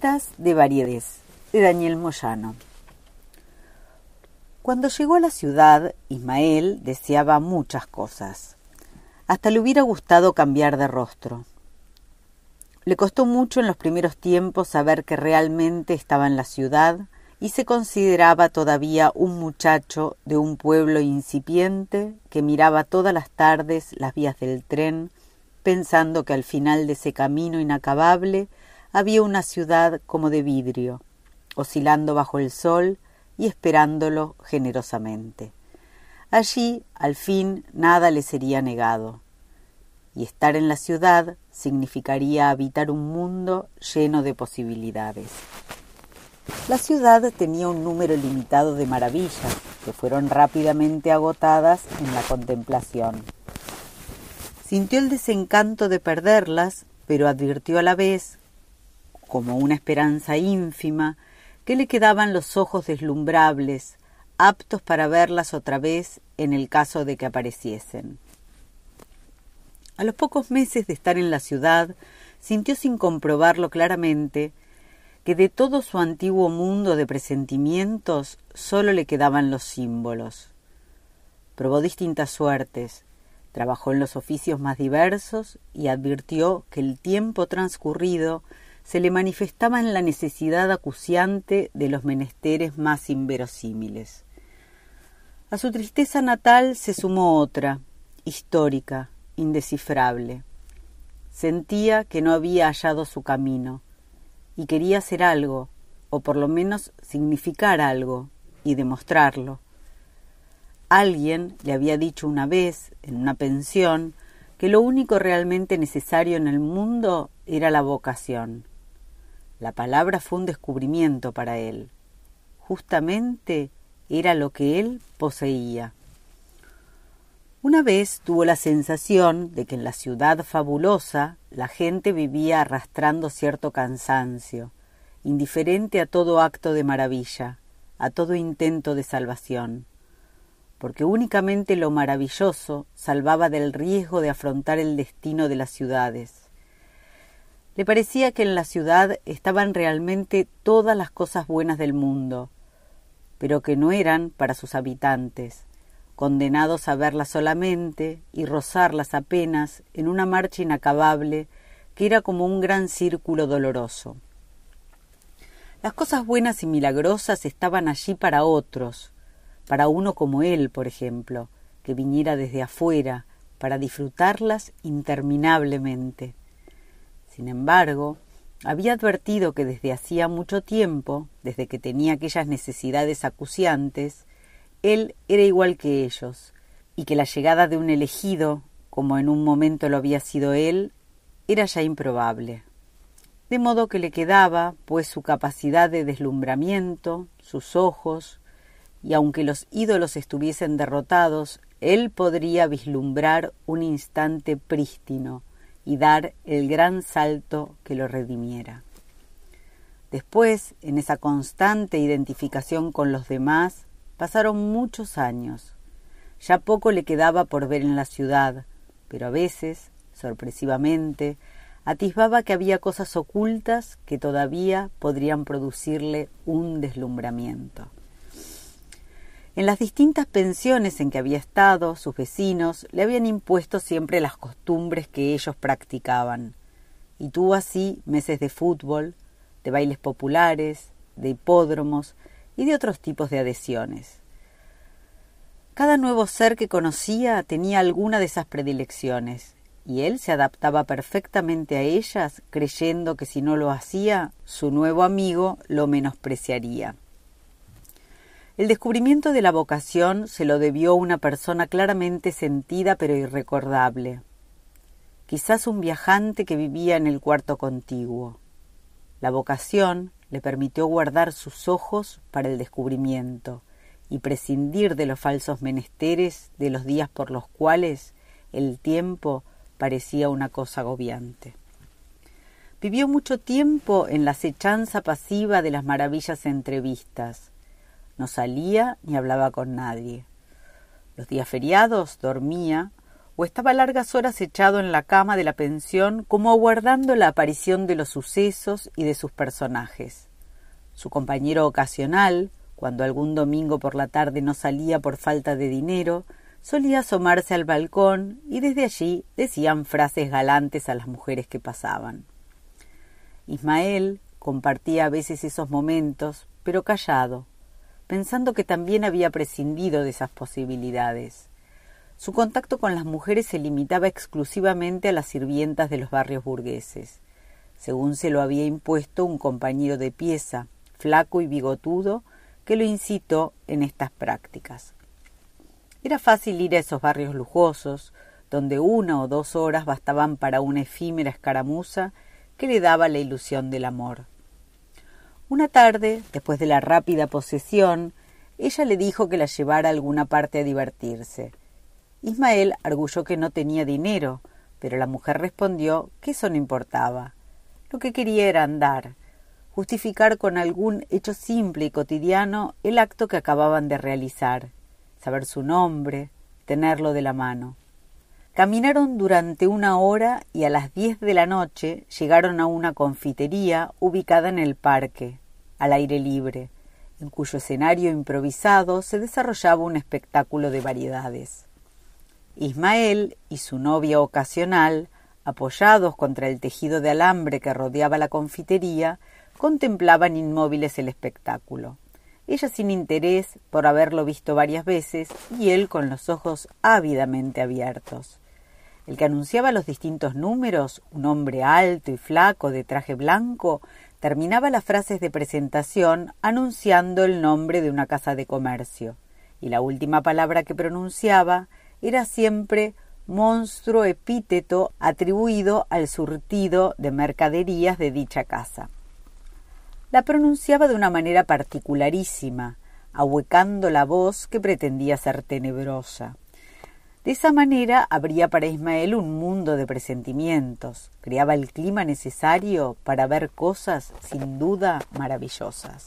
Recetas de variedades, de Daniel Moyano. Cuando llegó a la ciudad, Ismael deseaba muchas cosas. Hasta le hubiera gustado cambiar de rostro. Le costó mucho en los primeros tiempos saber que realmente estaba en la ciudad y se consideraba todavía un muchacho de un pueblo incipiente que miraba todas las tardes las vías del tren, pensando que al final de ese camino inacabable había una ciudad como de vidrio, oscilando bajo el sol y esperándolo generosamente. Allí, al fin, nada le sería negado. Y estar en la ciudad significaría habitar un mundo lleno de posibilidades. La ciudad tenía un número limitado de maravillas, que fueron rápidamente agotadas en la contemplación. Sintió el desencanto de perderlas, pero advirtió a la vez, como una esperanza ínfima, que le quedaban los ojos deslumbrables, aptos para verlas otra vez en el caso de que apareciesen. A los pocos meses de estar en la ciudad, sintió sin comprobarlo claramente que de todo su antiguo mundo de presentimientos solo le quedaban los símbolos. Probó distintas suertes, trabajó en los oficios más diversos y advirtió que el tiempo transcurrido se le manifestaba en la necesidad acuciante de los menesteres más inverosímiles. A su tristeza natal se sumó otra, histórica, indescifrable. Sentía que no había hallado su camino y quería hacer algo, o por lo menos significar algo, y demostrarlo. Alguien le había dicho una vez, en una pensión, que lo único realmente necesario en el mundo era la vocación. La palabra fue un descubrimiento para él. Justamente era lo que él poseía. Una vez tuvo la sensación de que en la ciudad fabulosa la gente vivía arrastrando cierto cansancio, indiferente a todo acto de maravilla, a todo intento de salvación, porque únicamente lo maravilloso salvaba del riesgo de afrontar el destino de las ciudades. Le parecía que en la ciudad estaban realmente todas las cosas buenas del mundo, pero que no eran para sus habitantes, condenados a verlas solamente y rozarlas apenas en una marcha inacabable que era como un gran círculo doloroso. Las cosas buenas y milagrosas estaban allí para otros, para uno como él, por ejemplo, que viniera desde afuera para disfrutarlas interminablemente. Sin embargo, había advertido que desde hacía mucho tiempo, desde que tenía aquellas necesidades acuciantes, él era igual que ellos, y que la llegada de un elegido, como en un momento lo había sido él, era ya improbable. De modo que le quedaba, pues, su capacidad de deslumbramiento, sus ojos, y aunque los ídolos estuviesen derrotados, él podría vislumbrar un instante prístino y dar el gran salto que lo redimiera. Después, en esa constante identificación con los demás, pasaron muchos años. Ya poco le quedaba por ver en la ciudad, pero a veces, sorpresivamente, atisbaba que había cosas ocultas que todavía podrían producirle un deslumbramiento. En las distintas pensiones en que había estado, sus vecinos le habían impuesto siempre las costumbres que ellos practicaban, y tuvo así meses de fútbol, de bailes populares, de hipódromos y de otros tipos de adhesiones. Cada nuevo ser que conocía tenía alguna de esas predilecciones, y él se adaptaba perfectamente a ellas, creyendo que si no lo hacía, su nuevo amigo lo menospreciaría. El descubrimiento de la vocación se lo debió a una persona claramente sentida pero irrecordable. Quizás un viajante que vivía en el cuarto contiguo. La vocación le permitió guardar sus ojos para el descubrimiento y prescindir de los falsos menesteres de los días por los cuales el tiempo parecía una cosa agobiante. Vivió mucho tiempo en la acechanza pasiva de las maravillas entrevistas. No salía ni hablaba con nadie. Los días feriados dormía o estaba largas horas echado en la cama de la pensión como aguardando la aparición de los sucesos y de sus personajes. Su compañero ocasional, cuando algún domingo por la tarde no salía por falta de dinero, solía asomarse al balcón y desde allí decían frases galantes a las mujeres que pasaban. Ismael compartía a veces esos momentos, pero callado, pensando que también había prescindido de esas posibilidades. Su contacto con las mujeres se limitaba exclusivamente a las sirvientas de los barrios burgueses, según se lo había impuesto un compañero de pieza, flaco y bigotudo, que lo incitó en estas prácticas. Era fácil ir a esos barrios lujosos, donde 1 o 2 horas bastaban para una efímera escaramuza que le daba la ilusión del amor. Una tarde, después de la rápida posesión, ella le dijo que la llevara a alguna parte a divertirse. Ismael arguyó que no tenía dinero, pero la mujer respondió que eso no importaba. Lo que quería era andar, justificar con algún hecho simple y cotidiano el acto que acababan de realizar, saber su nombre, tenerlo de la mano. Caminaron durante 1 hora y a las 10 de la noche llegaron a una confitería ubicada en el parque, al aire libre, en cuyo escenario improvisado se desarrollaba un espectáculo de variedades. Ismael y su novia ocasional, apoyados contra el tejido de alambre que rodeaba la confitería, contemplaban inmóviles el espectáculo. Ella sin interés por haberlo visto varias veces y él con los ojos ávidamente abiertos. El que anunciaba los distintos números, un hombre alto y flaco de traje blanco, terminaba las frases de presentación anunciando el nombre de una casa de comercio, y la última palabra que pronunciaba era siempre monstruo epíteto atribuido al surtido de mercaderías de dicha casa. La pronunciaba de una manera particularísima, ahuecando la voz que pretendía ser tenebrosa. De esa manera abría para Ismael un mundo de presentimientos, creaba el clima necesario para ver cosas sin duda maravillosas.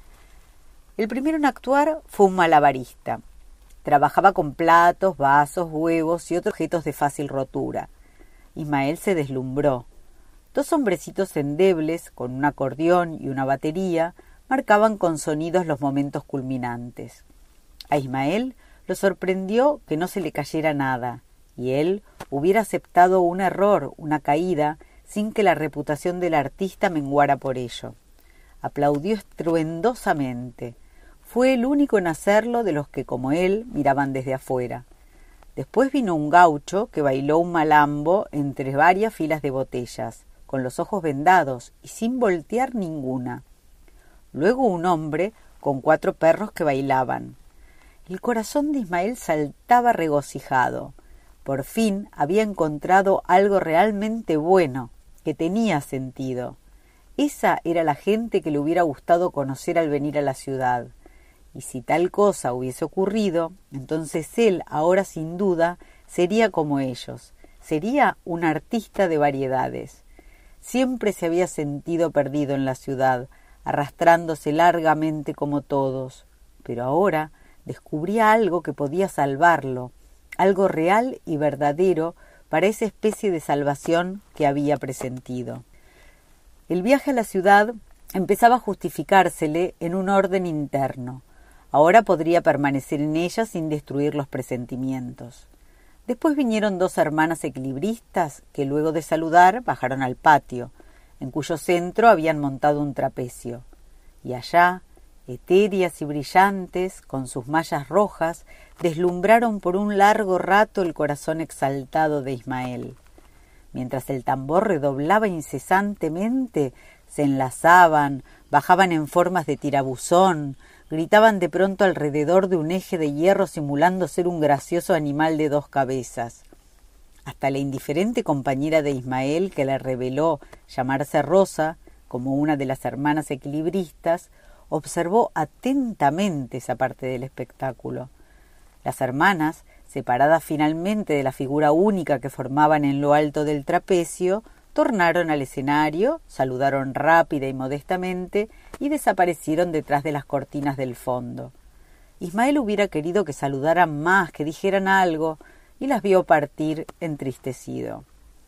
El primero en actuar fue un malabarista. Trabajaba con platos, vasos, huevos y otros objetos de fácil rotura. Ismael se deslumbró. 2 hombrecitos endebles, con un acordeón y una batería, marcaban con sonidos los momentos culminantes. A Ismael lo sorprendió que no se le cayera nada, y él hubiera aceptado un error, una caída, sin que la reputación del artista menguara por ello. Aplaudió estruendosamente. Fue el único en hacerlo de los que, como él, miraban desde afuera. Después vino un gaucho que bailó un malambo entre varias filas de botellas, con los ojos vendados y sin voltear ninguna. Luego un hombre con 4 perros que bailaban. El corazón de Ismael saltaba regocijado. Por fin había encontrado algo realmente bueno, que tenía sentido. Esa era la gente que le hubiera gustado conocer al venir a la ciudad. Y si tal cosa hubiese ocurrido, entonces él, ahora sin duda, sería como ellos. Sería un artista de variedades. Siempre se había sentido perdido en la ciudad, arrastrándose largamente como todos. Pero ahora descubría algo que podía salvarlo, algo real y verdadero para esa especie de salvación que había presentido. El viaje a la ciudad empezaba a justificársele en un orden interno. Ahora podría permanecer en ella sin destruir los presentimientos. Después vinieron 2 hermanas equilibristas que luego de saludar bajaron al patio, en cuyo centro habían montado un trapecio. Y allá, etéreas y brillantes, con sus mallas rojas, deslumbraron por un largo rato el corazón exaltado de Ismael. Mientras el tambor redoblaba incesantemente, se enlazaban, bajaban en formas de tirabuzón, gritaban de pronto alrededor de un eje de hierro simulando ser un gracioso animal de 2 cabezas. Hasta la indiferente compañera de Ismael, que le reveló llamarse Rosa, como una de las hermanas equilibristas, observó atentamente esa parte del espectáculo. Las hermanas, separadas finalmente de la figura única que formaban en lo alto del trapecio, tornaron al escenario, saludaron rápida y modestamente y desaparecieron detrás de las cortinas del fondo. Ismael hubiera querido que saludaran más, que dijeran algo, y las vio partir entristecido.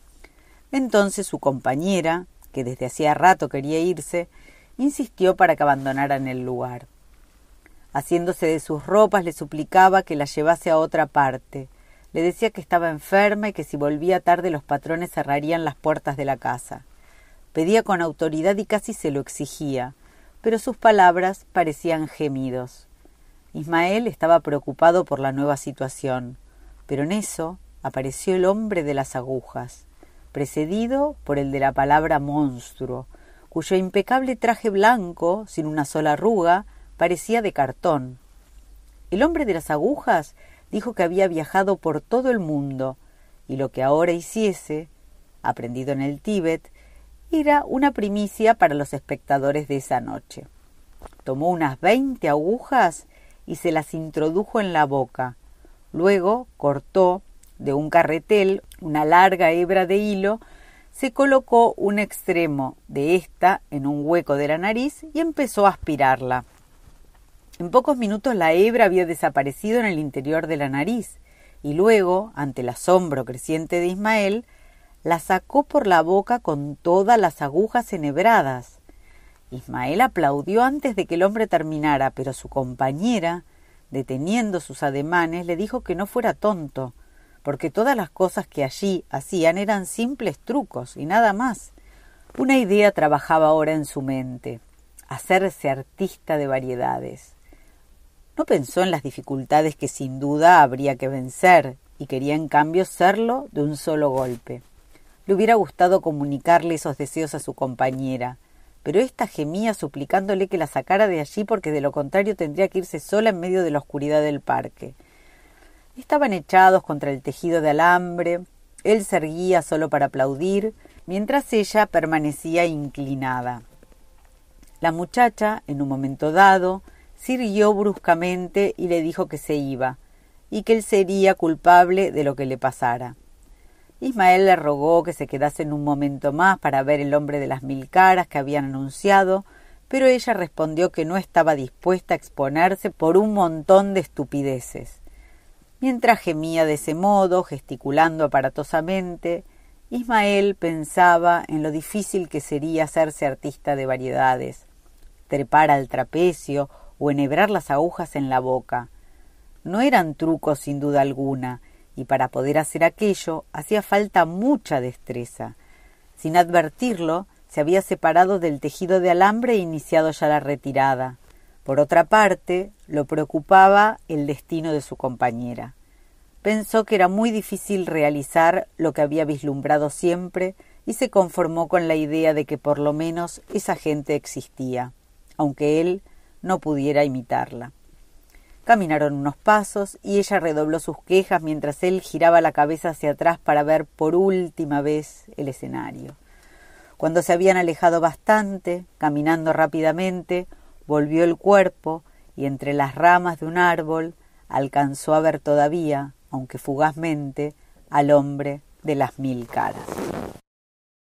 Entonces su compañera, que desde hacía rato quería irse, insistió para que abandonaran el lugar. Haciéndose de sus ropas, le suplicaba que la llevase a otra parte. Le decía que estaba enferma y que si volvía tarde los patrones cerrarían las puertas de la casa. Pedía con autoridad y casi se lo exigía, pero sus palabras parecían gemidos. Ismael estaba preocupado por la nueva situación, pero en eso apareció el hombre de las agujas, precedido por el de la palabra monstruo, cuyo impecable traje blanco, sin una sola arruga, parecía de cartón. El hombre de las agujas dijo que había viajado por todo el mundo, y lo que ahora hiciese, aprendido en el Tíbet, era una primicia para los espectadores de esa noche. Tomó unas 20 agujas y se las introdujo en la boca. Luego cortó de un carretel una larga hebra de hilo, se colocó un extremo de ésta en un hueco de la nariz y empezó a aspirarla. En pocos minutos la hebra había desaparecido en el interior de la nariz y luego, ante el asombro creciente de Ismael, la sacó por la boca con todas las agujas enhebradas. Ismael aplaudió antes de que el hombre terminara, pero su compañera, deteniendo sus ademanes, le dijo que no fuera tonto, porque todas las cosas que allí hacían eran simples trucos y nada más. Una idea trabajaba ahora en su mente: hacerse artista de variedades. No pensó en las dificultades que sin duda habría que vencer, y quería en cambio serlo de un solo golpe. Le hubiera gustado comunicarle esos deseos a su compañera, pero ésta gemía suplicándole que la sacara de allí porque de lo contrario tendría que irse sola en medio de la oscuridad del parque. Estaban echados contra el tejido de alambre, él se erguía solo para aplaudir, mientras ella permanecía inclinada. La muchacha, en un momento dado, se irguió bruscamente y le dijo que se iba, y que él sería culpable de lo que le pasara. Ismael le rogó que se quedase en un momento más para ver el hombre de las 1000 caras que habían anunciado, pero ella respondió que no estaba dispuesta a exponerse por un montón de estupideces. Mientras gemía de ese modo, gesticulando aparatosamente, Ismael pensaba en lo difícil que sería hacerse artista de variedades, trepar al trapecio o enhebrar las agujas en la boca. No eran trucos sin duda alguna, y para poder hacer aquello hacía falta mucha destreza. Sin advertirlo, se había separado del tejido de alambre e iniciado ya la retirada. Por otra parte, lo preocupaba el destino de su compañera. Pensó que era muy difícil realizar lo que había vislumbrado siempre y se conformó con la idea de que por lo menos esa gente existía, aunque él no pudiera imitarla. Caminaron unos pasos y ella redobló sus quejas mientras él giraba la cabeza hacia atrás para ver por última vez el escenario. Cuando se habían alejado bastante, caminando rápidamente, volvió el cuerpo y entre las ramas de un árbol alcanzó a ver todavía, aunque fugazmente, al hombre de las 1000 caras.